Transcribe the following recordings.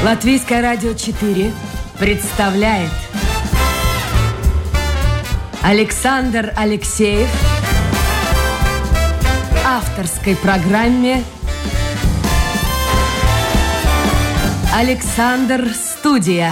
Латвийское радио 4 представляет Александр Алексеев в авторской программе «Александр Студия».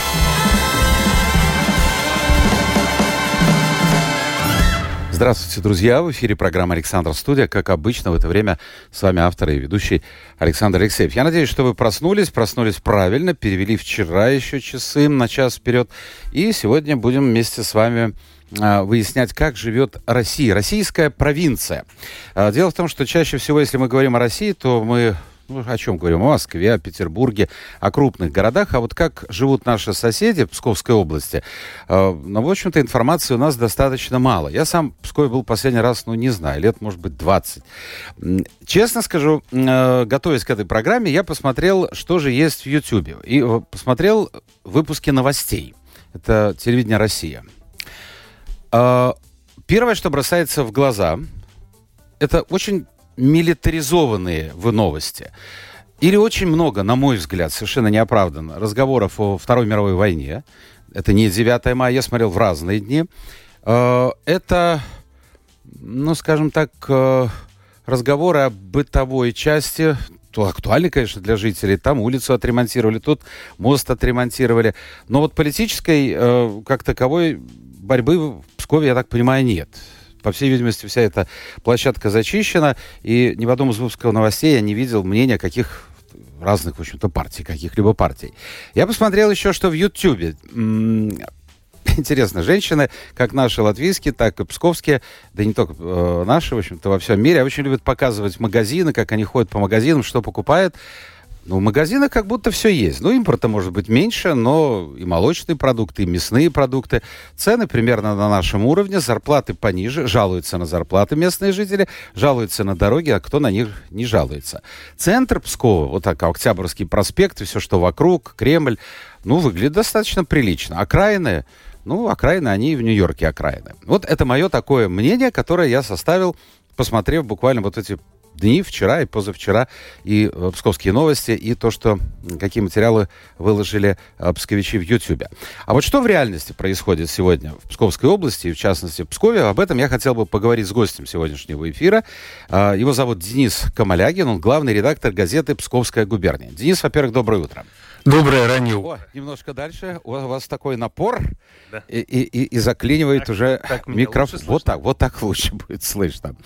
Здравствуйте, друзья! В эфире программа «Александр Студия». Как обычно, в это время с вами автор и ведущий Александр Алексеев. Я надеюсь, что вы проснулись правильно, перевели вчера еще часы на час вперед. И сегодня будем вместе с вами выяснять, как живет Россия, российская провинция. Дело в том, что чаще всего, если мы говорим о России, то мы... о чем говорим? О Москве, о Петербурге, о крупных городах. А вот как живут наши соседи в Псковской области, в общем-то, информации у нас достаточно мало. Я сам в Пскове был последний раз, не знаю, лет, может быть, 20. Честно скажу, готовясь к этой программе, я посмотрел, что же есть в Ютьюбе. И посмотрел выпуски новостей. Это телевидение «Россия». Первое, что бросается в глаза, это очень милитаризованные новости. Или очень много, на мой взгляд, совершенно неоправданно, разговоров о Второй мировой войне. Это не 9 мая, я смотрел в разные дни. Это, скажем так, разговоры о бытовой части, актуальны, конечно, для жителей. Там улицу отремонтировали, тут мост отремонтировали. Но вот политической, как таковой, борьбы в Пскове, я так понимаю, нет. По всей видимости, вся эта площадка зачищена, и ни в одном из выпусков новостей я не видел мнения каких разных, в общем-то, партий, каких-либо партий. Я посмотрел еще, что в Ютьюбе. Интересно, женщины, как наши латвийские, так и псковские, да не только наши, в общем-то, во всем мире, очень любят показывать магазины, как они ходят по магазинам, что покупают. В магазинах как будто все есть. Импорта может быть меньше, но и молочные продукты, и мясные продукты. Цены примерно на нашем уровне, зарплаты пониже. Жалуются на зарплаты местные жители, жалуются на дороги, а кто на них не жалуется. Центр Пскова, вот так, Октябрьский проспект, и все, что вокруг, Кремль, выглядит достаточно прилично. Окраины, окраины, они и в Нью-Йорке окраины. Вот это мое такое мнение, которое я составил, посмотрев буквально вот эти дни, вчера и позавчера, и псковские новости, и то, какие материалы выложили псковичи в Ютьюбе. А вот что в реальности происходит сегодня в Псковской области, и в частности в Пскове, об этом я хотел бы поговорить с гостем сегодняшнего эфира. Его зовут Денис Камалягин, он главный редактор газеты «Псковская губерния». Денис, во-первых, доброе утро. Доброе ранее. Немножко дальше. У вас такой напор, да. и заклинивает так, уже микрофон. Вот так лучше будет слышно.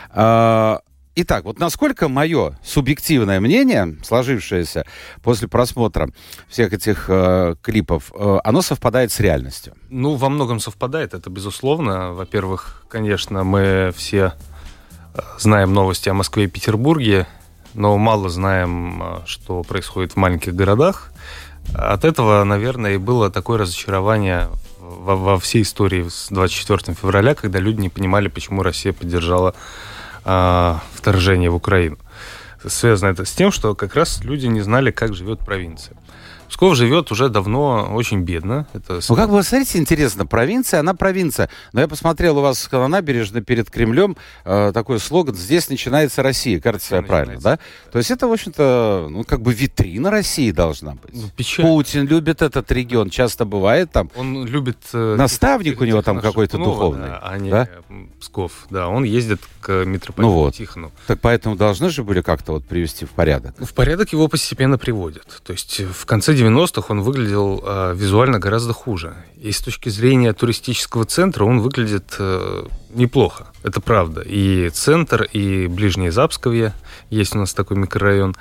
Итак, вот насколько мое субъективное мнение, сложившееся после просмотра всех этих клипов, оно совпадает с реальностью? Во многом совпадает, это безусловно. Во-первых, конечно, мы все знаем новости о Москве и Петербурге, но мало знаем, что происходит в маленьких городах. От этого, наверное, и было такое разочарование во всей истории с 24 февраля, когда люди не понимали, почему Россия поддержала вторжение в Украину. Связано это с тем, что как раз люди не знали, как живет провинция. Псков живет уже давно очень бедно. Как вы смотрите, интересно, провинция, она провинция. Но я посмотрел, у вас на набережной перед Кремлем такой слоган «Здесь начинается Россия». Кажется, правильно, да? То есть это, в общем-то, витрина России должна быть. Печально. Путин любит этот регион, часто бывает там. Он любит... Наставник у него там какой-то духовный. Да, а не Псков. Да, он ездит к митрополиту Тихону. Так поэтому должны же были как-то привести в порядок. В порядок его постепенно приводят. То есть в конце 90-х он выглядел визуально гораздо хуже. И с точки зрения туристического центра он выглядит неплохо. Это правда. И центр, и ближнее Запсковье, есть у нас такой микрорайон,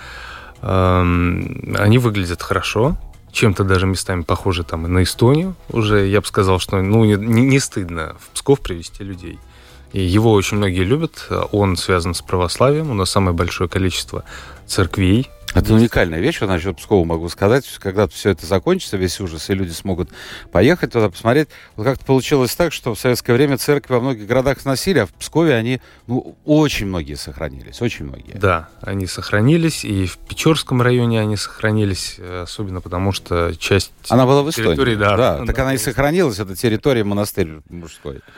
они выглядят хорошо. Чем-то даже местами похожи и на Эстонию. Уже я бы сказал, что не стыдно в Псков привезти людей. И его очень многие любят. Он связан с православием. У нас самое большое количество церквей. Это уникальная вещь, насчет Пскова могу сказать. Когда все это закончится, весь ужас, и люди смогут поехать туда, посмотреть. Вот как-то получилось так, что в советское время церкви во многих городах сносили, а в Пскове они, очень многие сохранились, очень многие. Да, они сохранились, и в Печорском районе они сохранились, особенно потому, что часть... Она была в Эстонии. Да, так она и сохранилась, это территория монастыря мужской.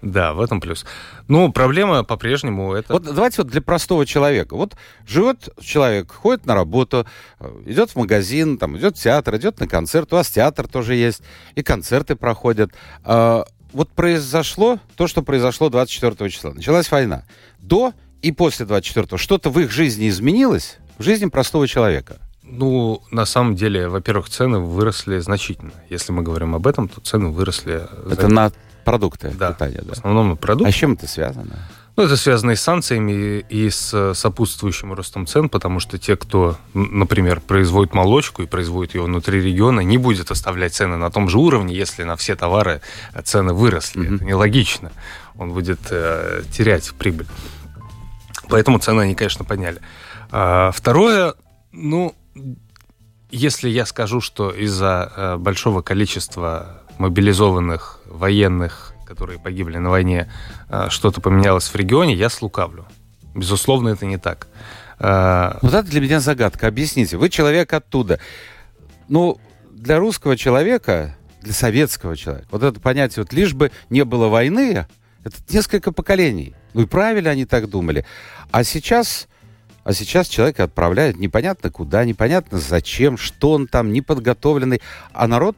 Да, в этом плюс. Но проблема по-прежнему это... Вот давайте вот для простого человека. Вот живет человек, ходит на работу, идет в магазин, там, идет в театр, идет на концерт. У вас театр тоже есть, и концерты проходят. Вот произошло то, что произошло 24 числа. Началась война. До и после 24-го что-то в их жизни изменилось? В жизни простого человека? Ну, на самом деле, во-первых, цены выросли значительно. Если мы говорим об этом, то цены выросли... Это на продукты да, питания, да? В основном на продукты. А с чем это связано? Ну, это связано и с санкциями, и с сопутствующим ростом цен, потому что те, кто, например, производит молочку и производит ее внутри региона, не будет оставлять цены на том же уровне, если на все товары цены выросли. Это нелогично. Он будет терять прибыль. Поэтому цены они, конечно, подняли. Второе, ну, если я скажу, что из-за большого количества мобилизованных военных, которые погибли на войне, что-то поменялось в регионе, я слукавлю. Безусловно, это не так. Вот это для меня загадка. Объясните. Вы человек оттуда. Ну, для русского человека, для советского человека, вот это понятие, вот лишь бы не было войны, это несколько поколений. Ну и правильно они так думали. А сейчас человека отправляют непонятно куда, непонятно зачем, что он там, неподготовленный. А народ...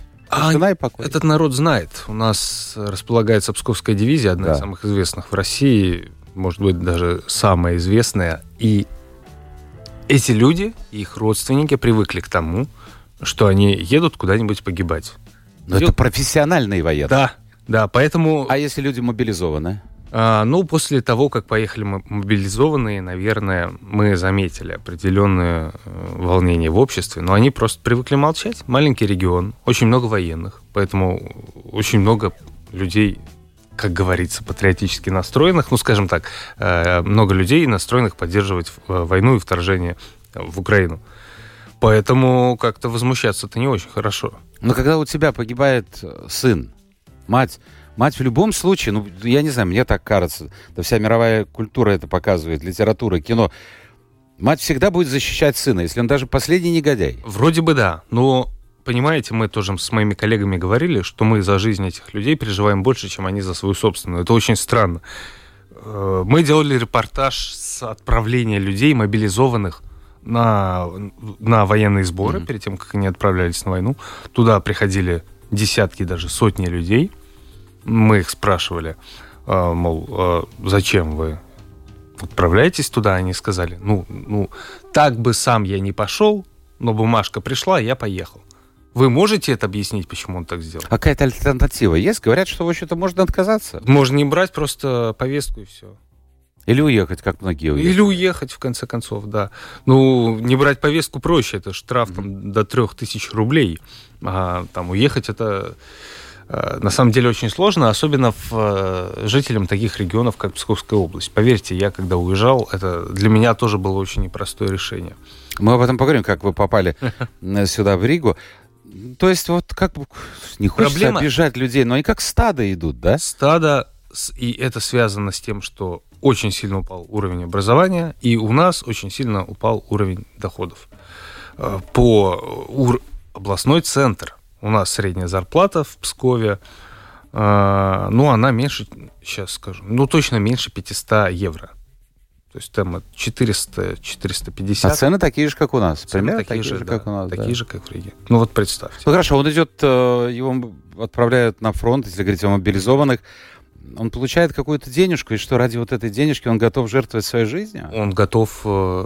Этот народ знает. У нас располагается Псковская дивизия, одна из самых известных в России, может быть, даже самая известная. И эти люди, их родственники привыкли к тому, что они едут куда-нибудь погибать. Но это профессиональные военные. Да, поэтому... А если люди мобилизованы? Ну, после того, как поехали мобилизованные, наверное, мы заметили определенное волнение в обществе, но они просто привыкли молчать. Маленький регион, очень много военных, поэтому очень много людей, как говорится, патриотически настроенных, ну, скажем так, много людей настроенных поддерживать войну и вторжение в Украину. Поэтому как-то возмущаться-то не очень хорошо. Но когда у тебя погибает сын, мать в любом случае, ну, я не знаю, мне так кажется, да вся мировая культура это показывает, литература, кино, мать всегда будет защищать сына, если он даже последний негодяй. Вроде бы да, но, понимаете, мы тоже с моими коллегами говорили, что мы за жизнь этих людей переживаем больше, чем они за свою собственную. Это очень странно. Мы делали репортаж с отправления людей, мобилизованных на военные сборы, перед тем, как они отправлялись на войну. Туда приходили десятки, даже сотни людей. Мы их спрашивали, мол, зачем вы отправляетесь туда? Они сказали, ну, так бы сам я не пошел, но бумажка пришла, и я поехал. Вы можете это объяснить, почему он так сделал? А какая-то альтернатива есть? Говорят, что, в общем-то, можно отказаться. Можно не брать просто повестку и все. Или уехать, как многие уехали. Или уехать, в конце концов, да. Ну, не брать повестку проще, это штраф там, до 3000 рублей. А там уехать это... На самом деле очень сложно, особенно жителям таких регионов, как Псковская область. Поверьте, я когда уезжал, это для меня тоже было очень непростое решение. Мы об этом поговорим, как вы попали сюда, в Ригу. То есть вот как бы не хочется обижать людей, но они как стадо идут, да? Стадо, и это связано с тем, что очень сильно упал уровень образования, и у нас очень сильно упал уровень доходов. Областной центр. У нас средняя зарплата в Пскове, она меньше, сейчас скажу, точно меньше 500 евро. То есть там 400-450. А цены такие же, как у нас? Примерно такие же, как у нас. Такие же, как в Риге. Ну вот представьте. Ну хорошо, он идет, его отправляют на фронт, если говорить о мобилизованных. Он получает какую-то денежку, и что, ради вот этой денежки он готов жертвовать своей жизнью? Он готов...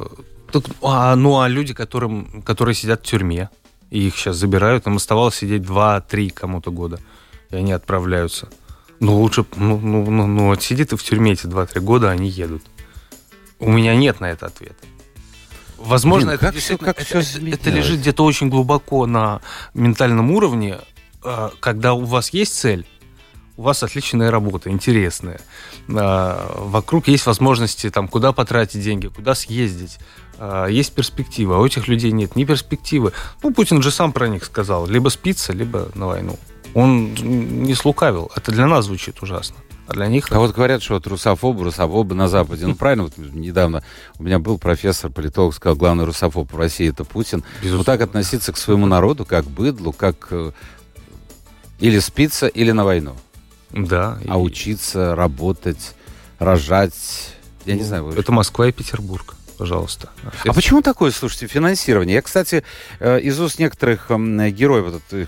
А люди, которые сидят в тюрьме, и их сейчас забирают, им оставалось сидеть 2-3 кому-то года, и они отправляются. Лучше, отсиди ты в тюрьме эти 2-3 года, они едут. У меня нет на это ответа. Возможно, это лежит где-то очень глубоко на ментальном уровне, когда у вас есть цель, у вас отличная работа, интересная. Вокруг есть возможности, куда потратить деньги, куда съездить. Есть перспектива. А у этих людей нет ни перспективы. Путин же сам про них сказал. Либо спиться, либо на войну. Он не слукавил. Это для нас звучит ужасно. А для них... А вот говорят, что вот русофобы на Западе. Правильно, вот недавно у меня был профессор, политолог, сказал, главный русофоб в России — это Путин. Безусловно. Вот так относиться к своему народу, как к быдлу, как или спиться, или на войну. Да. А учиться, работать, рожать, я не знаю. Это Москва и Петербург, пожалуйста. А почему такое, слушайте, финансирование? Я, кстати, из уст некоторых героев вот этих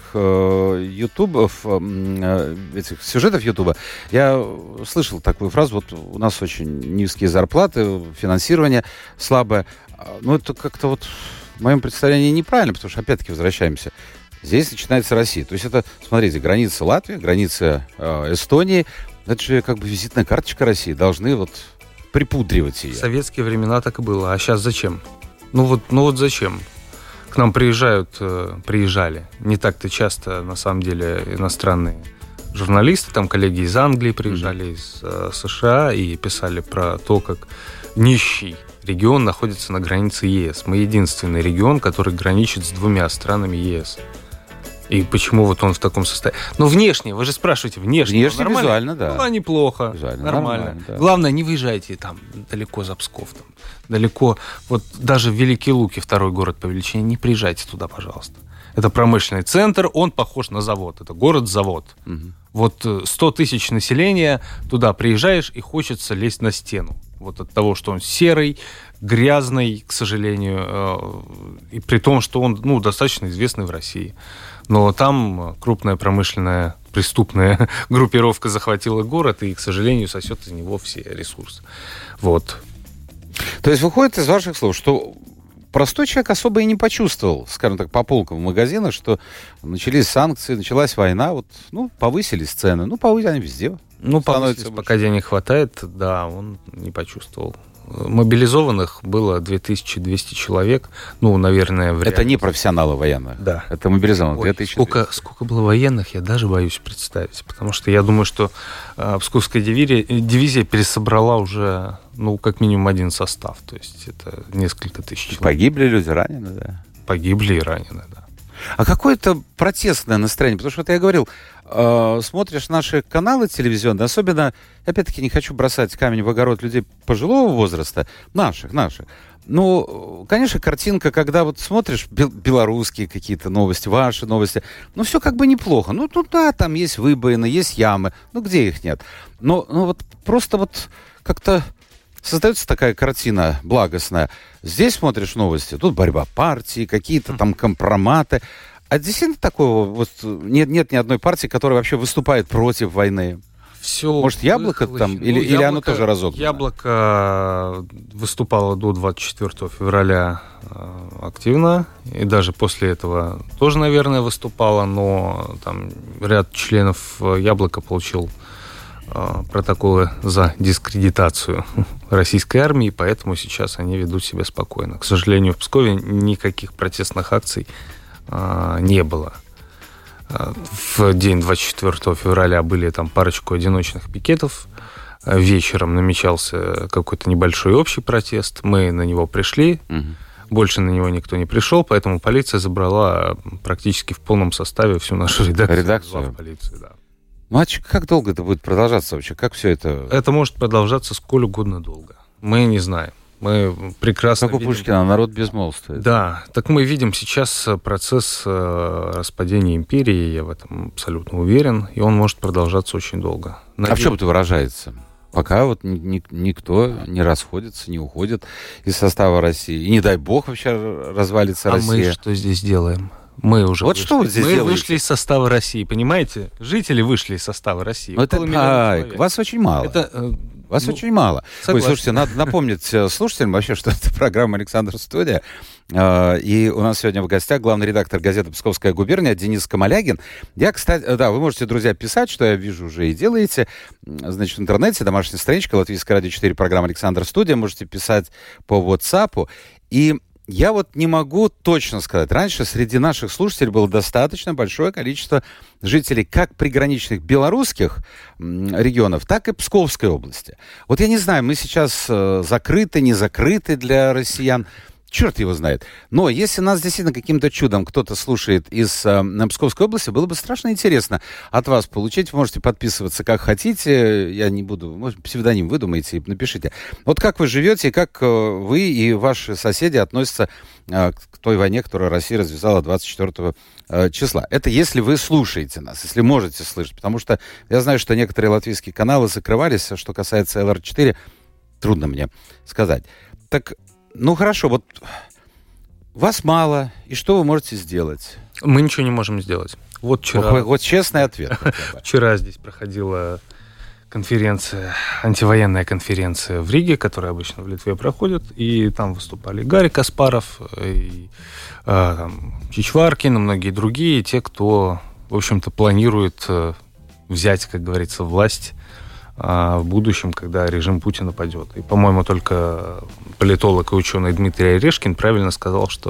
ютубов, этих сюжетов ютуба, я слышал такую фразу: вот у нас очень низкие зарплаты, финансирование слабое. Ну, это как-то вот в моем представлении неправильно, потому что, опять-таки, возвращаемся. Здесь начинается Россия. То есть это, смотрите, граница Латвии, граница Эстонии. Это же как бы визитная карточка России. Должны вот припудривать ее. В советские времена так и было. А сейчас зачем? Ну вот зачем? К нам приезжали не так-то часто, на самом деле, иностранные журналисты, там коллеги из Англии приезжали, из США, и писали про то, как нищий регион находится на границе ЕС. Мы единственный регион, который граничит с 2 странами ЕС. И почему вот он в таком состоянии? Ну, внешне, вы же спрашиваете, внешне. Внешне, визуально, да. Ну, неплохо, Визуально, нормально. да. Главное, не выезжайте там далеко за Псков, там, далеко. Вот даже в Великие Луки, второй город по величине, не приезжайте туда, пожалуйста. Это промышленный центр, он похож на завод. Это город-завод. Угу. Вот 100 тысяч населения, туда приезжаешь, и хочется лезть на стену. Вот от того, что он серый, грязный, к сожалению, и при том, что он достаточно известный в России. Но там крупная промышленная преступная группировка захватила город и, к сожалению, сосет из него все ресурсы. Вот. То есть выходит из ваших слов, что простой человек особо и не почувствовал, скажем так, по полкам в магазинах, что начались санкции, началась война, вот, повысились цены. Повысились они везде. Повысились, пока денег хватает, да, он не почувствовал. Мобилизованных было 2200 человек. Наверное, вряд ли. Это не профессионалы военных. Да. Это мобилизованных. 2200. Сколько было военных, я даже боюсь представить. Потому что я думаю, что Псковская дивизия пересобрала уже, как минимум один состав. То есть это несколько тысяч человек. Погибли люди, ранены, да? Погибли и ранены, да. А какое-то протестное настроение? Потому что, вот я говорил, смотришь наши каналы телевизионные, особенно, опять-таки, не хочу бросать камень в огород людей пожилого возраста, наших. Конечно, картинка, когда вот смотришь белорусские какие-то новости, ваши новости, все как бы неплохо. Да, там есть выбоины, есть ямы, где их нет? Но вот просто вот как-то создается такая картина благостная. Здесь смотришь новости, тут борьба партий, какие-то там компроматы. А действительно такого вот нет ни одной партии, которая вообще выступает против войны. Все. Может, Яблоко там, или оно тоже разогнано? Яблоко выступало до 24 февраля активно, и даже после этого тоже, наверное, выступало, но там ряд членов Яблока получил протоколы за дискредитацию российской армии, поэтому сейчас они ведут себя спокойно. К сожалению, в Пскове никаких протестных акций не было. В день 24 февраля были там парочку одиночных пикетов. Вечером намечался какой-то небольшой общий протест. Мы на него пришли. Больше на него никто не пришел, поэтому полиция забрала практически в полном составе всю нашу редакцию. Полицию, да. Как долго это будет продолжаться вообще? Как все это? Это может продолжаться сколь угодно долго. Мы не знаем. Мы прекрасно видим... Как у Пушкина, народ безмолвствует. Да, так мы видим сейчас процесс распадения империи, я в этом абсолютно уверен, и он может продолжаться очень долго. А в чем это выражается? Пока вот никто не расходится, не уходит из состава России. И не дай бог вообще развалится Россия. А мы что здесь делаем? Мы уже вот что вы здесь мы делаете? Вышли из состава России, понимаете? Жители вышли из состава России. Вас очень мало. Вас очень мало. Ой, слушайте, надо напомнить слушателям вообще, что это программа «Александр Студия». И у нас сегодня в гостях главный редактор газеты «Псковская губерния» Денис Камалягин. Я, кстати, вы можете, друзья, писать, что я вижу уже и делаете. Значит, в интернете, домашняя страничка, Латвийское радио 4, программа «Александр Студия». Можете писать по WhatsApp. И я вот не могу точно сказать. Раньше среди наших слушателей было достаточно большое количество жителей как приграничных белорусских регионов, так и Псковской области. Вот я не знаю, мы сейчас закрыты, не закрыты для россиян. черт его знает. Но если нас действительно каким-то чудом кто-то слушает из Псковской области, было бы страшно интересно от вас получить. Вы можете подписываться как хотите. Я не буду, может, псевдоним выдумайте и напишите. Вот как вы живете, как вы и ваши соседи относятся к той войне, которую Россия развязала 24 числа. Это если вы слушаете нас, если можете слышать. Потому что я знаю, что некоторые латвийские каналы закрывались. Что касается ЛР4, трудно мне сказать. Так, ну хорошо, вот вас мало, и что вы можете сделать? Мы ничего не можем сделать. Вот вчера... Вот честный ответ. Вчера здесь проходила конференция, антивоенная конференция в Риге, которая обычно в Литве проходит, и там выступали Гарри Каспаров, и Чичваркин, и многие другие, те, кто, в общем-то, планирует взять, как говорится, власть в будущем, когда режим Путина падет. И, по-моему, только политолог и ученый Дмитрий Орешкин правильно сказал, что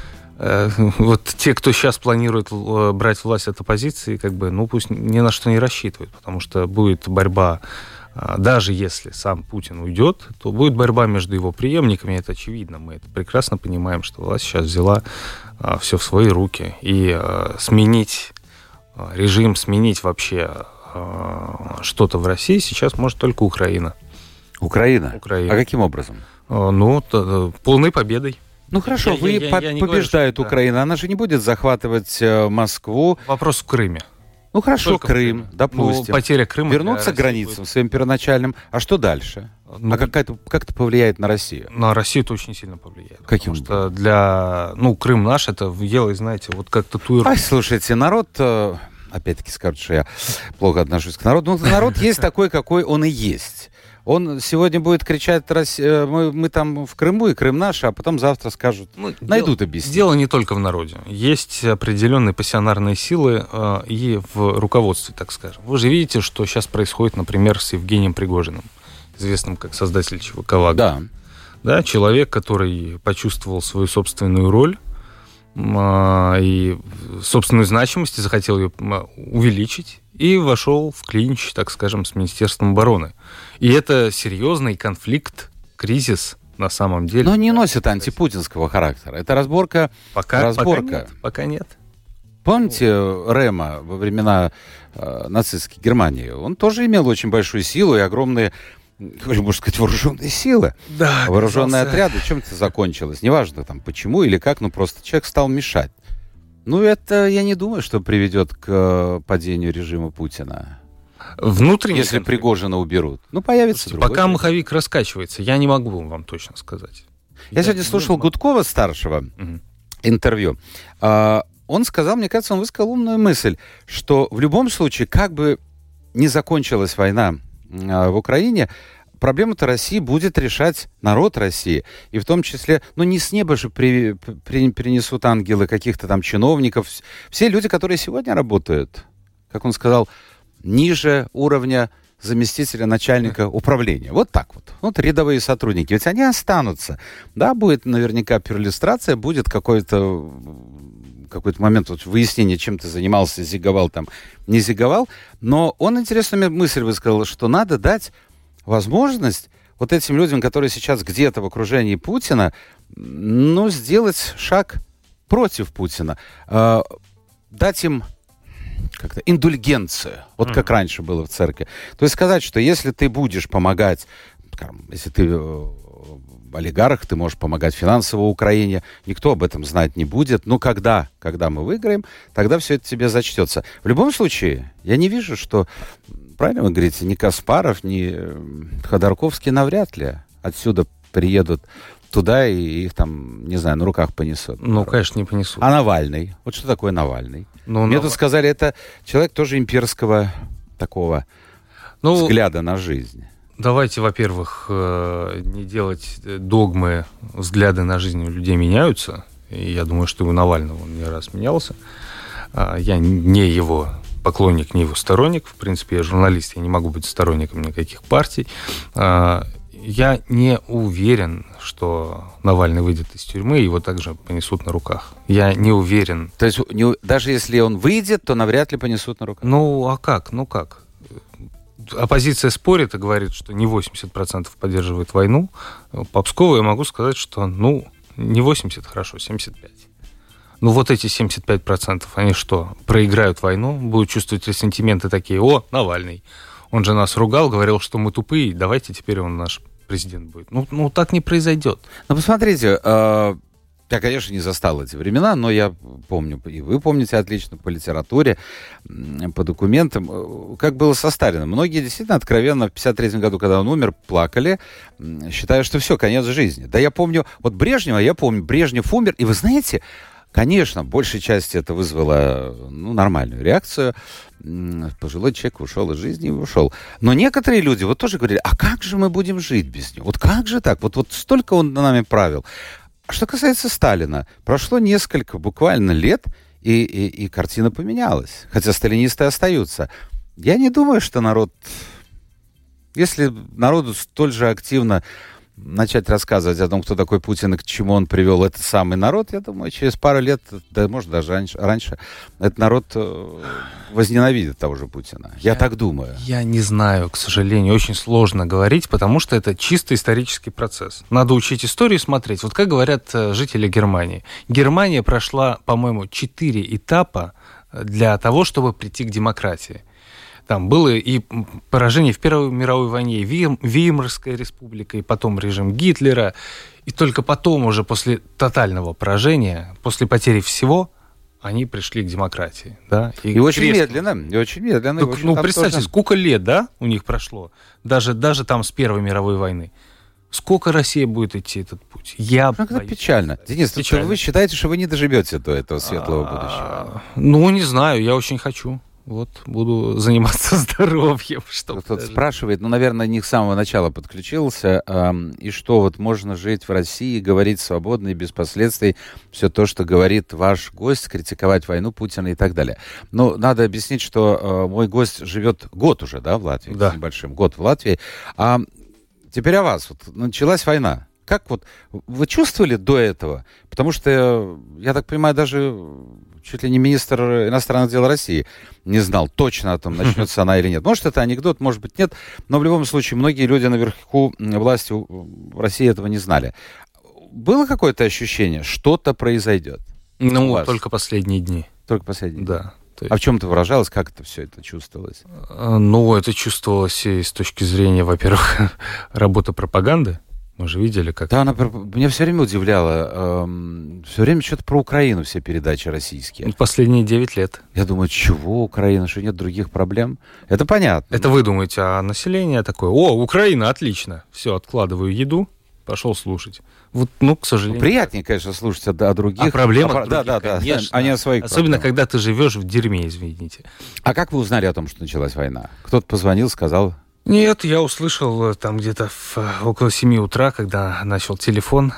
вот те, кто сейчас планирует брать власть от оппозиции, как бы, ну, пусть ни на что не рассчитывают, потому что будет борьба, даже если сам Путин уйдет, то будет борьба между его преемниками, это очевидно. Мы это прекрасно понимаем, что власть сейчас взяла все в свои руки. И сменить режим, сменить вообще что-то в России сейчас может только Украина. Украина? А каким образом? Ну, полной победой. Ну хорошо, побеждает Украина. Она же не будет захватывать Москву. Вопрос в Крыме. Ну хорошо, Крым, допустим. Ну, потеря Крыма. Вернуться к границам своим первоначальным. А что дальше? Ну, как это повлияет на Россию? На Россию это очень сильно повлияет. Каким? Потому что Крым наш, это елы, знаете, вот как татуировка. Ай, слушайте, народ... Опять-таки скажут, что я плохо отношусь к народу. Ну, народ есть такой, какой он и есть. Он сегодня будет кричать, мы там в Крыму, и Крым наш, а потом завтра скажут, найдут объяснение. Дело не только в народе. Есть определенные пассионарные силы и в руководстве, так скажем. Вы же видите, что сейчас происходит, например, с Евгением Пригожиным, известным как создатель ЧВК «Вагнер». Да, человек, который почувствовал свою собственную роль и собственную значимость, и захотел ее увеличить, и вошел в клинч, так скажем, с Министерством обороны. И это серьезный конфликт, кризис на самом деле. Но не носит антипутинского характера. Это разборка. Пока нет. Помните Рема во времена нацистской Германии? Он тоже имел очень большую силу и огромные, можно сказать, вооруженные силы. Да, вооруженные отряды. Чем это закончилось? Неважно там почему или как, но просто человек стал мешать. Ну, это, я не думаю, что приведет к падению режима Путина. Внутренний Если конфликт. Пригожина уберут. Ну, появится другой. Пока маховик раскачивается, я не могу вам точно сказать. Я сегодня слушал Гудкова старшего интервью. Он сказал, мне кажется, он высказал умную мысль, что в любом случае, как бы ни закончилась война в Украине, проблему-то России будет решать народ России. И в том числе, не с неба же принесут ангелы каких-то там чиновников. Все люди, которые сегодня работают, как он сказал, ниже уровня заместителя начальника управления. Вот так вот. Вот рядовые сотрудники. Ведь они останутся. Да, будет наверняка перлюстрация, будет какой-то момент вот, выяснения, чем ты занимался, зиговал там, не зиговал. Но он интересную мысль высказал, что надо дать возможность вот этим людям, которые сейчас где-то в окружении Путина, сделать шаг против Путина. Дать им как-то индульгенцию, вот как раньше было в церкви. То есть сказать, что если ты будешь помогать, если ты олигарх, ты можешь помогать финансово Украине, никто об этом знать не будет. Но когда мы выиграем, тогда все это тебе зачтется. В любом случае, я не вижу, что, правильно вы говорите, ни Каспаров, ни Ходорковский навряд ли отсюда приедут туда и их там, не знаю, на руках понесут. Конечно, не понесут. А Навальный? Вот что такое Навальный? Мне тут сказали, это человек тоже имперского такого взгляда на жизнь. Давайте, во-первых, не делать догмы, взгляды на жизнь у людей меняются. И я думаю, что и у Навального он не раз менялся. Я не его поклонник, не его сторонник. В принципе, я журналист, я не могу быть сторонником никаких партий. Я не уверен, что Навальный выйдет из тюрьмы, его также понесут на руках. Я не уверен. То есть даже если он выйдет, то навряд ли понесут на руках? А как? Оппозиция спорит и говорит, что не 80% поддерживает войну. По Пскову я могу сказать, что, Не 80, хорошо, 75. Ну вот эти 75%, они что, проиграют войну, будут чувствовать ресентименты такие: о, Навальный, он же нас ругал, говорил, что мы тупые, давайте теперь он наш президент будет. Ну так не произойдет. Ну, посмотрите, я, конечно, не застал эти времена, но я помню, и вы помните отлично, по литературе, по документам, как было со Сталиным. Многие действительно откровенно в 1953 году, когда он умер, плакали, считая, что все, конец жизни. Да я помню, вот Брежнева, Брежнев умер, и вы знаете, конечно, большей части это вызвало нормальную реакцию. Пожилой человек ушел из жизни и ушел. Но некоторые люди вот тоже говорили: а как же мы будем жить без него? Вот как же так? Вот столько он нами правил. А что касается Сталина, прошло несколько буквально лет, и картина поменялась. Хотя сталинисты остаются. Я не думаю, что народ... Если народу столь же активно начать рассказывать о том, кто такой Путин и к чему он привел этот самый народ, я думаю, через пару лет, да, может, даже раньше, этот народ возненавидит того же Путина. Я так думаю. Я не знаю, к сожалению, очень сложно говорить, потому что это чисто исторический процесс. Надо учить историю и смотреть. Вот как говорят жители Германии. Германия прошла, по-моему, 4 этапа для того, чтобы прийти к демократии. Там было и поражение в Первой мировой войне, Веймарская республика, и потом режим Гитлера. И только потом, уже после тотального поражения, после потери всего, они пришли к демократии. Да? И очень медленно. Так, представьте, сколько лет, да, у них прошло, даже там с Первой мировой войны. Сколько Россия будет идти этот путь? Это печально. Денис, печально. Вы считаете, что вы не доживете до этого светлого будущего? Не знаю, я очень хочу. Вот, буду заниматься здоровьем. Кто-то спрашивает, наверное, не с самого начала подключился, и что, вот можно жить в России, говорить свободно и без последствий все то, что говорит ваш гость, критиковать войну Путина и так далее. Но надо объяснить, что мой гость живет год уже, да, в Латвии, да. С небольшим, год в Латвии. А теперь о вас. Вот началась война. Как вот вы чувствовали до этого? Потому что, я так понимаю, даже чуть ли не министр иностранных дел России не знал точно о том, начнется она или нет. Может, это анекдот, может быть, нет. Но в любом случае, многие люди наверху власти в России этого не знали. Было какое-то ощущение, что-то произойдет? Только последние дни. Только последние дни? Да. А в чем это выражалось? Как это все это чувствовалось? Это чувствовалось и с точки зрения, во-первых, работы пропаганды. Мы же видели, как... Да, меня все время удивляло. Все время что-то про Украину, все передачи российские. Последние 9 лет. Я думаю, чего Украина? Что нет других проблем? Это понятно. Это вы думаете, а население такое: о, Украина, отлично. Все, откладываю еду, пошел слушать. Вот, к сожалению... Приятнее, конечно, слушать о других. О проблемах других, да, конечно. А не о своих Особенно, проблемах. когда ты живешь в дерьме, извините. А как вы узнали о том, что началась война? Кто-то позвонил, сказал... Нет, я услышал там где-то около 7 утра, когда начал телефон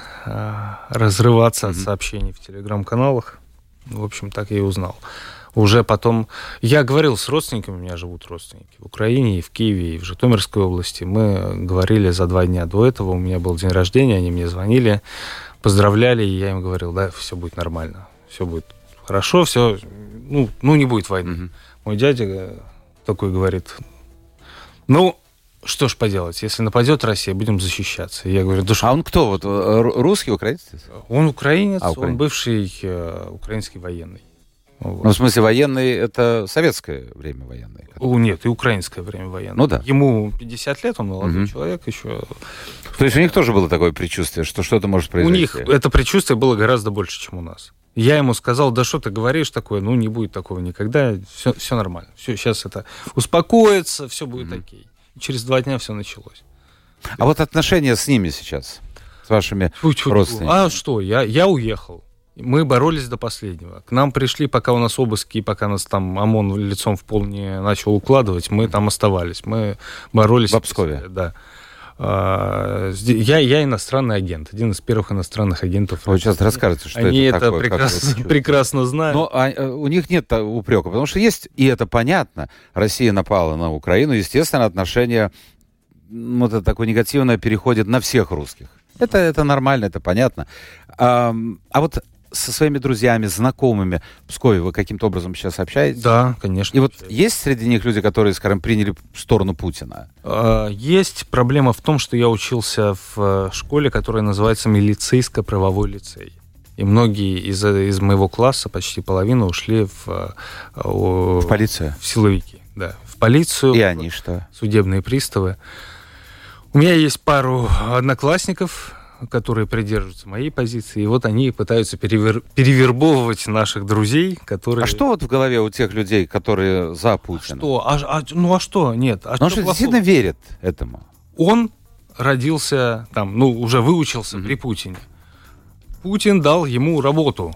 разрываться от сообщений в телеграм-каналах. В общем, так я и узнал. Уже потом... Я говорил с родственниками, у меня живут родственники в Украине, и в Киеве, и в Житомирской области. Мы говорили за 2 дня до этого, у меня был день рождения, они мне звонили, поздравляли, и я им говорил: да, все будет нормально, все будет хорошо, все... не будет войны. Мой дядя такой говорит: что ж поделать, если нападет Россия, будем защищаться. Я говорю: да что... А он кто? Вот русский, украинец? Он украинец, он бывший украинский военный. Вот. В смысле, военный — это советское время военное? Нет, и украинское время военное. Да. Ему 50 лет, он молодой человек еще. То есть у них тоже было такое предчувствие, что что-то может произойти? У них это предчувствие было гораздо больше, чем у нас. Я ему сказал: да что ты говоришь такое, не будет такого никогда, все нормально. Все, сейчас это успокоится, все будет окей. И через 2 дня все началось. А вот отношения с ними сейчас, с вашими родственниками? А что, я уехал. Мы боролись до последнего. К нам пришли, пока у нас обыски, пока нас там ОМОН лицом в пол не начал укладывать, мы там оставались. Мы боролись... В Пскове? Да. Я иностранный агент, один из первых иностранных агентов. Вы сейчас расскажете, что они это такое. Они прекрасно знают. Но у них нет упрека, потому что есть, и это понятно, Россия напала на Украину, естественно, отношение, это такое негативное, переходит на всех русских. Это нормально, это понятно. А вот со своими друзьями, знакомыми в Пскове вы каким-то образом сейчас общаетесь? Да, конечно. И вот есть среди них люди, которые, скажем, приняли сторону Путина? Есть проблема в том, что я учился в школе, которая называется милицейско-правовой лицей. И многие из моего класса, почти половина, ушли в полицию? В силовики, да. В полицию. И они что? Судебные приставы. У меня есть пару одноклассников, которые придерживаются моей позиции, и вот они пытаются перевербовывать наших друзей, которые... А что вот в голове у тех людей, которые за Путина? А что? Нет. Потому что действительно верят этому. Он родился там, уже выучился при Путине. Путин дал ему работу.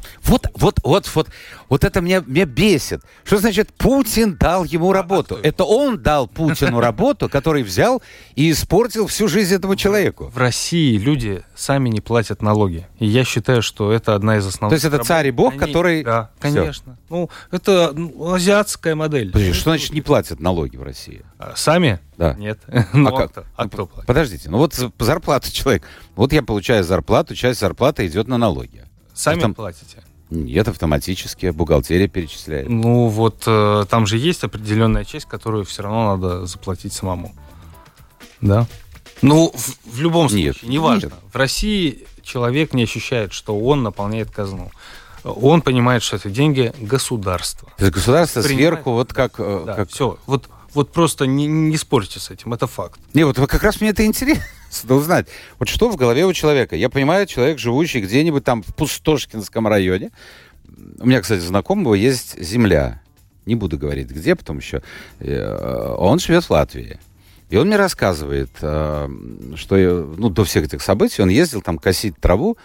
Вот это меня бесит. Что значит Путин дал ему работу? Это он дал Путину работу, который взял и испортил всю жизнь этому человеку. В России люди сами не платят налоги. И я считаю, что это одна из основных. То есть это царь и бог, который... Да, конечно. Это азиатская модель. Подожди, что значит не платят налоги в России? Сами? Да. Нет. Кто платит? Подождите, зарплата человек. Вот я получаю зарплату, часть зарплаты идет на налоги. Сами платите? Нет, автоматически, бухгалтерия перечисляет. Там же есть определенная часть, которую все равно надо заплатить самому. Да. В любом случае, неважно. В России человек не ощущает, что он наполняет казну. Он понимает, что это деньги государства. То есть государство сверху, все. Вот просто не спорьте с этим, это факт. Как раз мне это интересно узнать. Вот что в голове у человека? Я понимаю, человек, живущий где-нибудь там в Пустошкинском районе. У меня, кстати, знакомого есть земля. Не буду говорить где, потому что он живет в Латвии. И он мне рассказывает, что до всех этих событий он ездил там косить траву,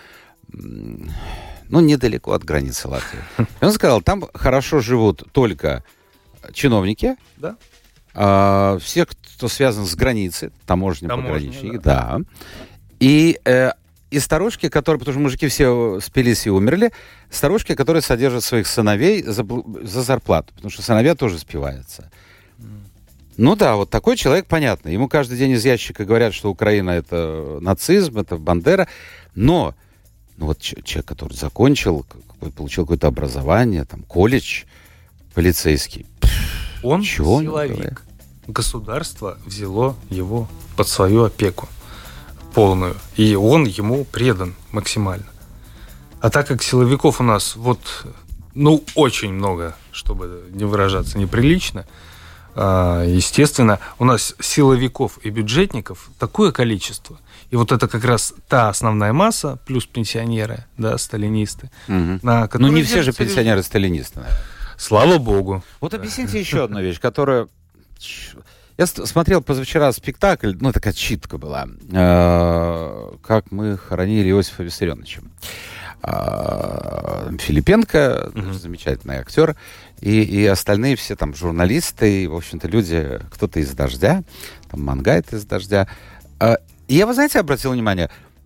недалеко от границы Латвии. И он сказал, там хорошо живут только чиновники, да? Все, кто связан с границей, таможенные пограничники, да. И старушки, которые, потому что мужики все спились и умерли, старушки, которые содержат своих сыновей за зарплату, потому что сыновья тоже спиваются. Вот такой человек, понятно. Ему каждый день из ящика говорят, что Украина — это нацизм, это Бандера. Но человек, который закончил, получил какое-то образование, там, колледж полицейский. Он силовик. Государство взяло его под свою опеку полную. И он ему предан максимально. А так как силовиков у нас очень много, чтобы не выражаться неприлично, естественно, у нас силовиков и бюджетников такое количество. И это как раз та основная масса, плюс пенсионеры, да, сталинисты. Угу. Не все же пенсионеры сталинисты, наверное. Слава богу. Объясните еще одну вещь, которую... Я смотрел позавчера спектакль, такая читка была, как мы хоронили Иосифа Виссарионовича. Филипенко, замечательный актер, и остальные все там журналисты, и, в общем-то, люди, кто-то из «Дождя», там Мангайт из «Дождя». И я, вы знаете, обратил внимание,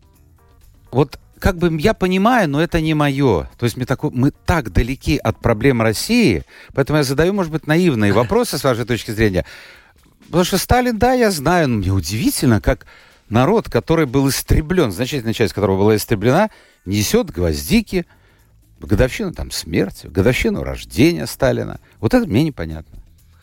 я понимаю, но это не мое. То есть мы так далеки от проблем России, поэтому я задаю, может быть, наивные вопросы с вашей точки зрения. Потому что Сталин, да, я знаю, но мне удивительно, как народ, который был истреблен, значительная часть которого была истреблена, несет гвоздики в годовщину смерти, в годовщину рождения Сталина. Это мне непонятно.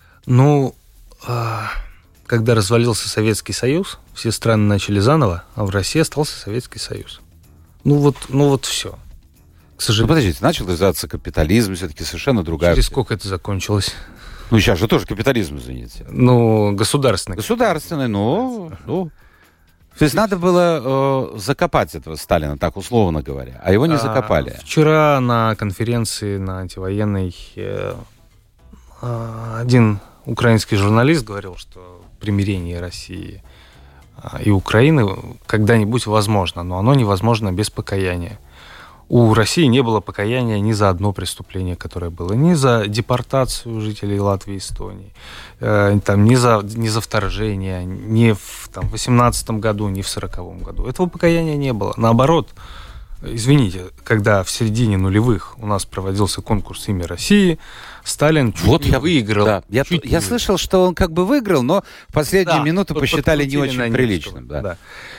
Когда развалился Советский Союз, все страны начали заново, а в России остался Советский Союз. Все. К сожалению. Подождите, начал развиваться капитализм, все-таки совершенно другая... Через сколько это закончилось? Сейчас же тоже капитализм, извините. Государственный. Государственный, То есть надо было закопать этого Сталина, так условно говоря, а его не закопали. Вчера на конференции на антивоенной один украинский журналист говорил, что примирение России и Украины когда-нибудь возможно, но оно невозможно без покаяния. У России не было покаяния ни за одно преступление, которое было, ни за депортацию жителей Латвии и Эстонии, ни за вторжение, ни в 18 году, ни в 40 году. Этого покаяния не было. Наоборот, извините, когда в середине нулевых у нас проводился конкурс «Имя России», Сталин чуть не выиграл. Да. Я слышал, что он выиграл, но в последнюю минуту посчитали не очень приличным.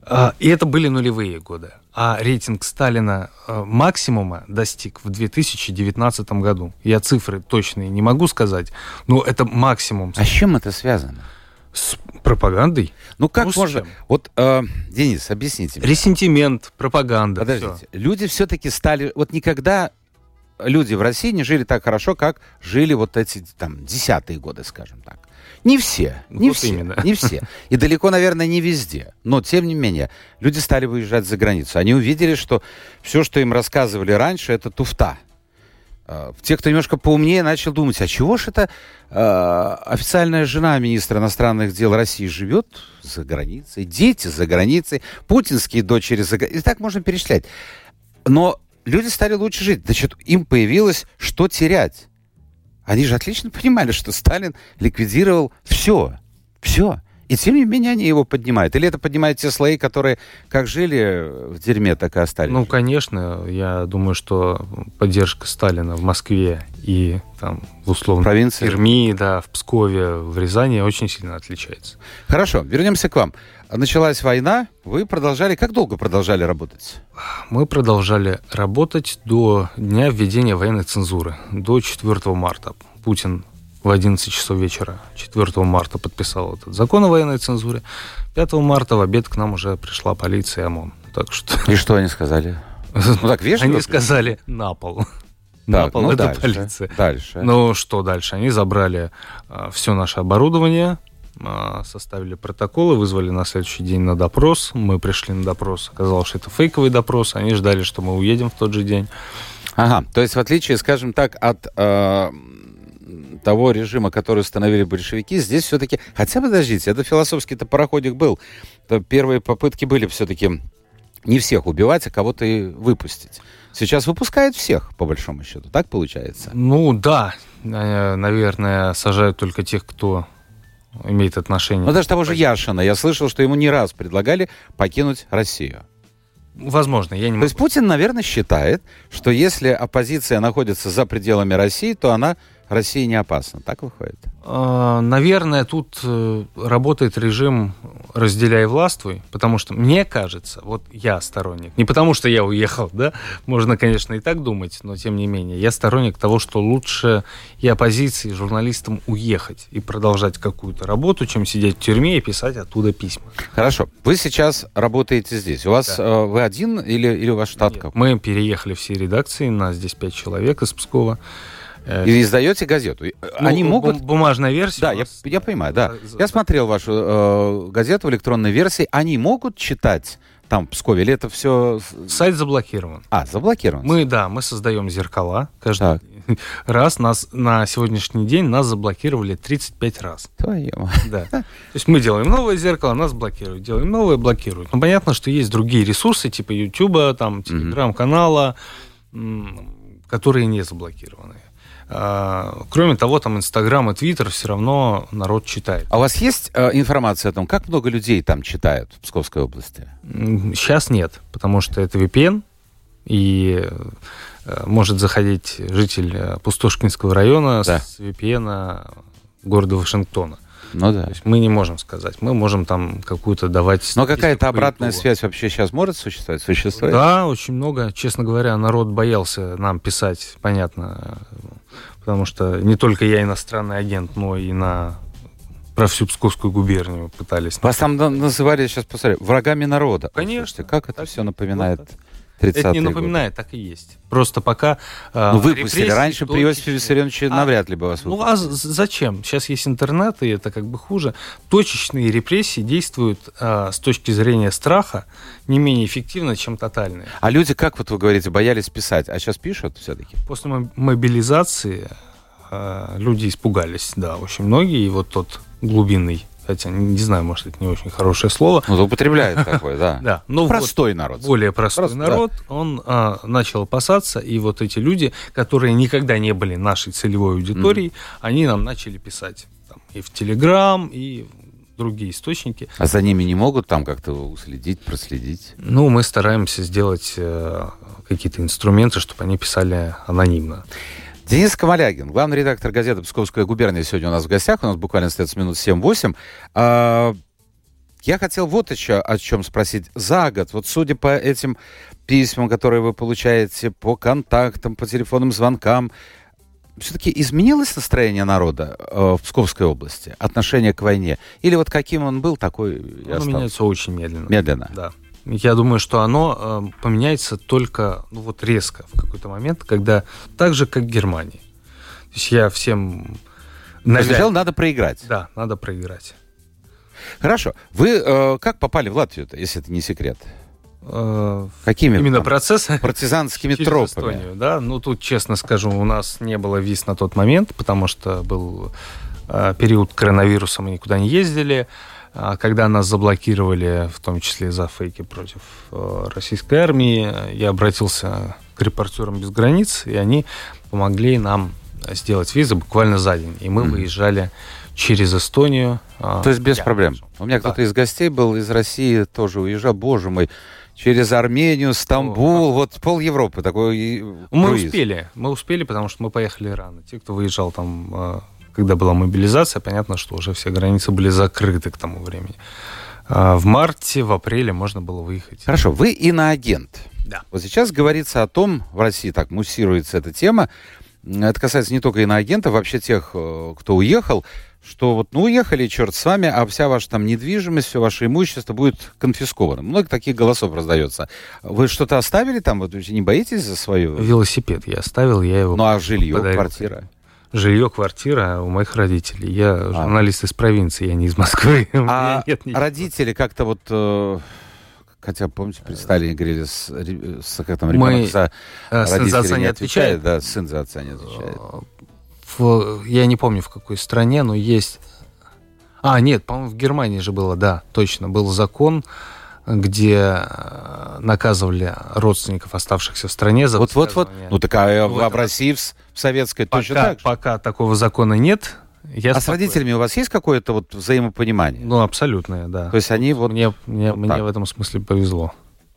И это были нулевые годы. А рейтинг Сталина максимума достиг в 2019 году. Я цифры точные не могу сказать, но это максимум. А с чем это связано? С пропагандой. Ну как можно... Вот, Денис, объясните мне. Ресентимент, пропаганда. Подождите. Все. Люди все-таки стали... Вот никогда люди в России не жили так хорошо, как жили вот эти там 10-е годы, скажем так. Не все, не Вот все, именно. не все. И далеко, наверное, не везде. Но, тем не менее, люди стали выезжать за границу. Они увидели, что все, что им рассказывали раньше, это туфта. Те, кто немножко поумнее, начал думать, а чего ж это официальная жена министра иностранных дел России живет за границей, дети за границей, путинские дочери за границей. И так можно перечислять. Но люди стали лучше жить. Значит, им появилось что терять. Они же отлично понимали, что Сталин ликвидировал все. Все. И тем не менее они его поднимают. Или это поднимают те слои, которые как жили в дерьме, так и остались? Ну, конечно, я думаю, что поддержка Сталина в Москве и там в условно провинции, Перми, да, в Пскове, в Рязани очень сильно отличается. Хорошо, вернемся к вам. Началась война, вы продолжали, как долго продолжали работать? Мы продолжали работать до дня введения военной цензуры, до 4 марта. Путин в 11 часов вечера 4 марта подписал этот закон о военной цензуре. 5 марта в обед к нам уже пришла полиция и ОМОН. Так что... И что они сказали? Ну так вежливо? Они сказали «на пол». На пол, это полиция. Дальше. Ну что дальше? Они забрали все наше оборудование, составили протоколы, вызвали на следующий день на допрос. Мы пришли на допрос. Оказалось, что это фейковый допрос. Они ждали, что мы уедем в тот же день. Ага, то есть в отличие, скажем так, от того режима, который установили большевики, здесь все-таки... Хотя, подождите, это философский-то пароходик был. То первые попытки были все-таки не всех убивать, а кого-то и выпустить. Сейчас выпускают всех, по большому счету. Так получается? Ну, да. Наверное, сажают только тех, кто имеет отношение... Ну, даже того же Яшина. Я слышал, что ему не раз предлагали покинуть Россию. Возможно, я не могу. То есть Путин, наверное, считает, что если оппозиция находится за пределами России, то она России не опасна. Так выходит? Наверное, тут работает режим «разделяй и властвуй», потому что, мне кажется, вот я сторонник, не потому что я уехал, да, можно, конечно, и так думать, но тем не менее, я сторонник того, что лучше и оппозиции, и журналистам уехать и продолжать какую-то работу, чем сидеть в тюрьме и писать оттуда письма. Хорошо. Вы сейчас работаете здесь. У вас вы один или у вас штат? Нет, мы переехали все редакции, нас здесь 5 человек из Пскова. И издаете газету. Они могут... Бумажная версия. Да, я понимаю, да. Я смотрел вашу газету в электронной версии. Они могут читать там в Пскове, или это все... Сайт заблокирован. Заблокирован. Мы создаем зеркала каждый раз. На сегодняшний день нас заблокировали 35 раз. Твою мать. Да. То есть мы делаем новое зеркало, нас блокируют. Делаем новое, блокируют. Но понятно, что есть другие ресурсы, типа Ютуба, там, Телеграм-канала, которые не заблокированы. Кроме того, там Инстаграм и Твиттер все равно народ читает. А у вас есть информация о том, как много людей там читают в Псковской области? Сейчас нет, потому что это VPN, и может заходить житель Пустошкинского района с VPN города Вашингтона. Ну да. То есть мы не можем сказать. Мы можем там какую-то давать... Но какая-то обратная связь вообще сейчас может существовать? Существует? Да, очень много. Честно говоря, народ боялся нам писать, понятно, потому что не только я иностранный агент, но и про всю Псковскую губернию пытались. Вас там называли, сейчас посмотрю, врагами народа. Конечно. Слушайте, как это все напоминает... 30-е это не напоминает, годы. Так и есть. Просто пока... выпустили. Раньше при Иосифе Виссарионовиче навряд ли бы вас выпустили. Ну, а зачем? Сейчас есть интернет, и это как бы хуже. Точечные репрессии действуют с точки зрения страха не менее эффективно, чем тотальные. А люди, как вот вы говорите, боялись писать, а сейчас пишут все-таки? После мобилизации люди испугались, да, очень многие. И вот тот глубинный, хотя не знаю, может, это не очень хорошее слово. Ну, употребляет такое, да. Да. Но простой народ. Более простой народ, он начал опасаться, и вот эти люди, которые никогда не были нашей целевой аудиторией, они нам начали писать там, и в Телеграм, и в другие источники. А за ними не могут там как-то уследить, проследить? Ну, мы стараемся сделать какие-то инструменты, чтобы они писали анонимно. Денис Камалягин, главный редактор газеты «Псковская губерния», сегодня у нас в гостях. У нас буквально остается минут 7-8. Я хотел вот еще о чем спросить. За год, вот судя по этим письмам, которые вы получаете, по контактам, по телефонным звонкам, все-таки изменилось настроение народа в Псковской области, отношение к войне? Или вот каким он был, такой и остался? Оно меняется очень медленно. Медленно? Да. Я думаю, что оно поменяется только резко в какой-то момент, когда так же, как в Германии. То есть я всем... Сначала надо проиграть. Да, надо проиграть. Хорошо. Вы как попали в Латвию-то, если это не секрет? Какими? Именно процессы? Партизанскими через тропами. Эстонию, да. Тут, честно скажу, у нас не было виз на тот момент, потому что был период коронавируса, мы никуда не ездили. Когда нас заблокировали, в том числе за фейки против российской армии, я обратился к «Репортерам без границ», и они помогли нам сделать визы буквально за день. И мы выезжали через Эстонию. То есть без проблем. У меня кто-то из гостей был из России, тоже уезжал, боже мой, через Армению, Стамбул, вот пол Европы такой круиз. Мы успели, потому что мы поехали рано. Те, кто выезжал там, когда была мобилизация, понятно, что уже все границы были закрыты к тому времени. В марте, в апреле можно было выехать. Хорошо, вы иноагент. Да. Вот сейчас говорится о том, в России так муссируется эта тема, это касается не только иноагентов, вообще тех, кто уехал, что вот, уехали, черт с вами, а вся ваша там недвижимость, все ваше имущество будет конфисковано. Много таких голосов раздается. Вы что-то оставили там? Вот, не боитесь за свою? Велосипед я оставил, я его... Ну, а жилье, подарил. квартира? Жилье, квартира у моих родителей. Я журналист из провинции, я не из Москвы. А родители как-то вот... Хотя, помните, при Сталине говорили, как там, ребенок за родителей не отвечает. Да, сын за отца не отвечает. Я не помню, в какой стране, но есть... Нет, по-моему, в Германии же было, да, точно. Был закон, где наказывали родственников, оставшихся в стране за высказывание. Ну, так в России, в советской точно так же. Пока такого закона нет. С родителями у вас есть какое-то вот взаимопонимание? Ну, абсолютное, да. То есть они вот... Мне в этом смысле повезло.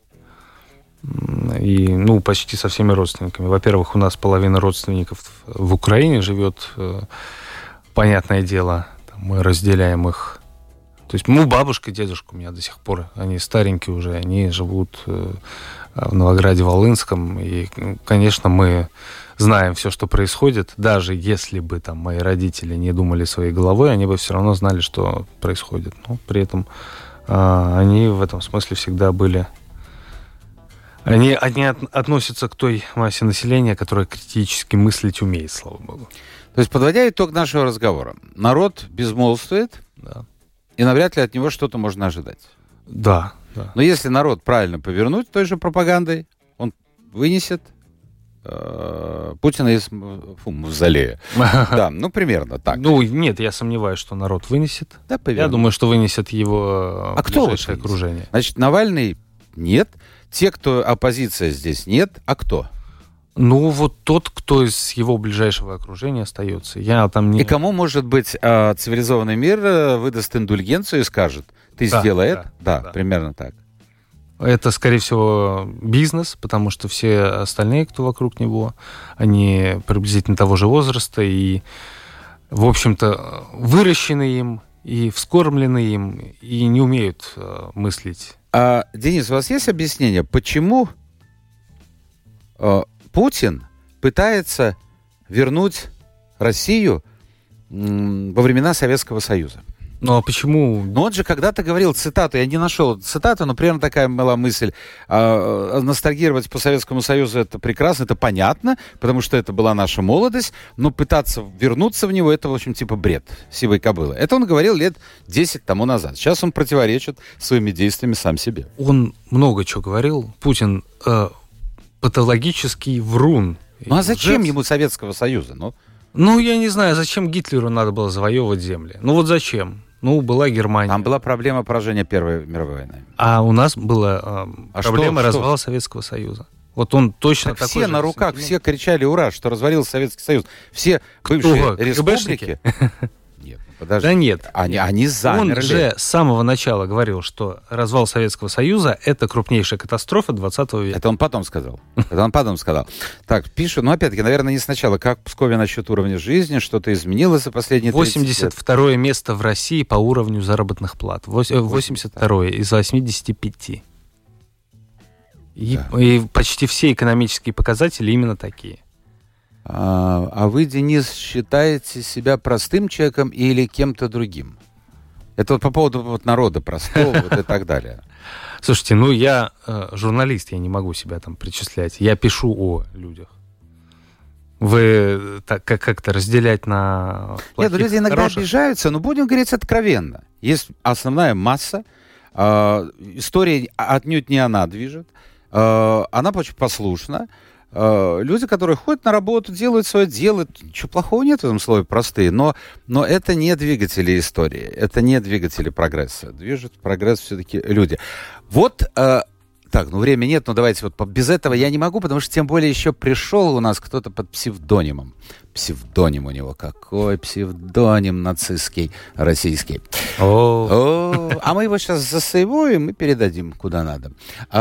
И, почти со всеми родственниками. Во-первых, у нас половина родственников в Украине живет, понятное дело, мы разделяем их. То есть, бабушка, дедушка у меня до сих пор, они старенькие уже, они живут в Новограде-Волынском, и, конечно, мы знаем все, что происходит, даже если бы там мои родители не думали своей головой, они бы все равно знали, что происходит. Но при этом они в этом смысле всегда были... Они относятся к той массе населения, которая критически мыслить умеет, слава богу. То есть, подводя итог нашего разговора, народ безмолвствует, да, и навряд ли от него что-то можно ожидать. Да. Но если народ правильно повернуть той же пропагандой, он вынесет Путина из мавзолея. Да, примерно так. Нет, я сомневаюсь, что народ вынесет. Да, поверь. Я думаю, что вынесет его ближайшее окружение. Значит, Навальный нет, те, кто оппозиция здесь нет, а кто? Тот, кто из его ближайшего окружения остается. И кому, может быть, цивилизованный мир выдаст индульгенцию и скажет, ты сделай это? Да, примерно так. Это, скорее всего, бизнес, потому что все остальные, кто вокруг него, они приблизительно того же возраста и, в общем-то, выращены им и вскормлены им, и не умеют мыслить. Денис, у вас есть объяснение, почему Путин пытается вернуть Россию во времена Советского Союза? А почему? Он же когда-то говорил цитату, я не нашел цитату, но примерно такая была мысль. Ностальгировать по Советскому Союзу — это прекрасно, это понятно, потому что это была наша молодость, но пытаться вернуться в него — это, в общем, типа бред сивой кобылы. Это он говорил лет 10 тому назад. Сейчас он противоречит своими действиями сам себе. Он много чего говорил. Путин патологический врун. А зачем ему Советского Союза? Я не знаю, зачем Гитлеру надо было завоевывать земли. Зачем? Была Германия. Там была проблема поражения Первой мировой войны. А у нас была проблема развала Советского Союза. Вот он точно такой все же. На руках, все кричали «Ура!», что развалился Советский Союз. Все бывшие республики... Нет. подожди. Да нет. Они замерли. Он же с самого начала говорил, что развал Советского Союза – это крупнейшая катастрофа 20 века. Это он потом сказал. Так, пишут, опять-таки, наверное, не сначала. Как в Пскове насчет уровня жизни? Что-то изменилось за последние 30 лет? 82-е место в России по уровню заработных плат. 82-е из 85. И почти все экономические показатели именно такие. А вы, Денис, считаете себя простым человеком или кем-то другим? Это вот по поводу народа простого и так далее. Слушайте, я журналист, я не могу себя там причислять. Я пишу о людях. Вы как-то разделять на плохих, Нет, люди иногда хороших? обижаются, но будем говорить откровенно. Есть основная масса. История отнюдь не она движет. Она очень послушна. Люди, которые ходят на работу, делают свое дело, ничего плохого нет в этом слове «простые», но это не двигатели истории, это не двигатели прогресса. Движет прогресс все-таки люди. Время нет, но давайте без этого я не могу, потому что тем более еще пришел у нас кто-то под псевдонимом. Псевдоним у него. Какой псевдоним нацистский, российский. А мы его сейчас засейвуем и передадим куда надо.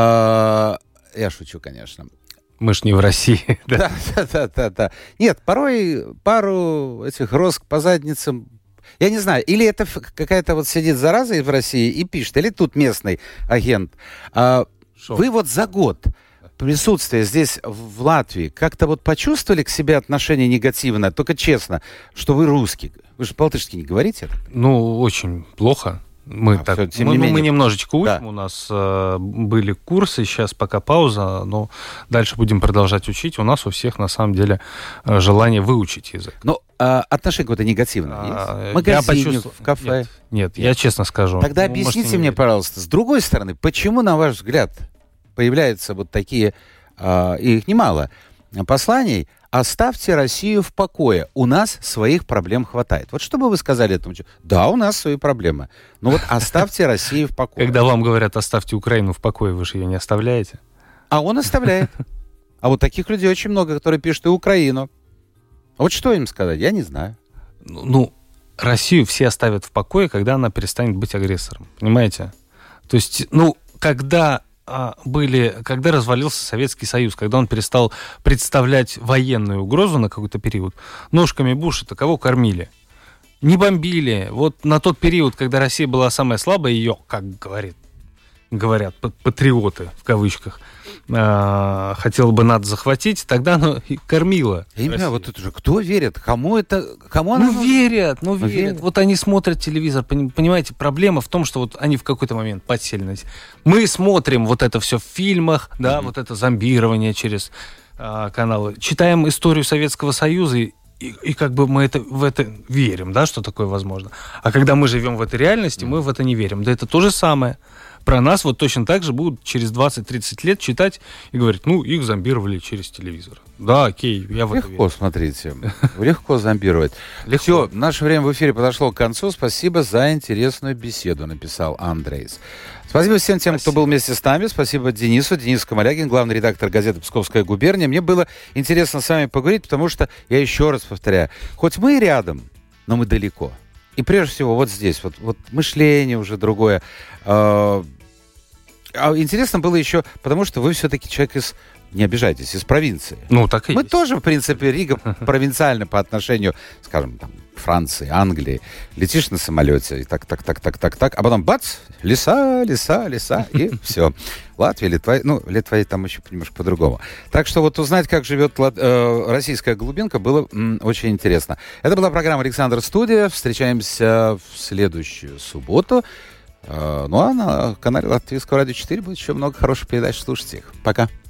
Я шучу, конечно. Мы ж не в России. Да. Нет, порой пару этих роск по задницам, я не знаю, или это какая-то сидит зараза в России и пишет, или тут местный агент. Вы за год присутствия здесь, в Латвии, как-то почувствовали к себе отношение негативное, только честно, что вы русский? Вы же по-латышски не говорите? Очень плохо. Мы немножечко учим, да. У нас были курсы, сейчас пока пауза, но дальше будем продолжать учить. У нас у всех, на самом деле, желание выучить язык. Но отношение какое-то негативное есть? В магазине, в кафе? Нет, я честно скажу. Тогда объясните мне, пожалуйста, с другой стороны, почему, на ваш взгляд, появляются такие, и их немало, посланий: оставьте Россию в покое, у нас своих проблем хватает. Что бы вы сказали этому человеку? Да, у нас свои проблемы, но оставьте Россию в покое. Когда вам говорят, оставьте Украину в покое, вы же ее не оставляете? А он оставляет. А таких людей очень много, которые пишут и Украину. Что им сказать? Я не знаю. Россию все оставят в покое, когда она перестанет быть агрессором. Понимаете? То есть, когда развалился Советский Союз, когда он перестал представлять военную угрозу на какой-то период, ножками Буша-то кого кормили? Не бомбили. На тот период, когда Россия была самая слабая, ее, как говорят патриоты, в кавычках, хотела бы надо захватить, тогда она и кормила. Я не знаю, это же кто верит? Кому она... Верят. Они смотрят телевизор, понимаете, проблема в том, что они в какой-то момент подсели. Мы смотрим это все в фильмах, да, это зомбирование через каналы, читаем историю Советского Союза, и мы в это верим, да, что такое возможно. А когда мы живем в этой реальности, мы в это не верим. Да это то же самое. Про нас точно так же будут через 20-30 лет читать и говорить, их зомбировали через телевизор. Да, окей, я в это верю. Легко, смотрите, легко зомбировать. Все, наше время в эфире подошло к концу. Спасибо за интересную беседу, написал Андрейс. Спасибо всем тем, кто был вместе с нами. Спасибо Денису. Денис Камалягин, главный редактор газеты «Псковская губерния». Мне было интересно с вами поговорить, потому что, я еще раз повторяю, хоть мы и рядом, но мы далеко. И прежде всего здесь, мышление уже другое. Интересно было еще, потому что вы все-таки человек не обижайтесь, из провинции. Так и Мы есть. тоже, в принципе, Рига провинциальна по отношению, скажем, к Франции, Англии. Летишь на самолете, и так, а потом бац, леса, и все. Латвия, Литва, Литва там еще немножко по-другому. Так что узнать, как живет российская глубинка, было очень интересно. Это была программа «Александр Студия». Встречаемся в следующую субботу. А на канале Латвийского радио 4 будет еще много хороших передач. Слушайте их. Пока.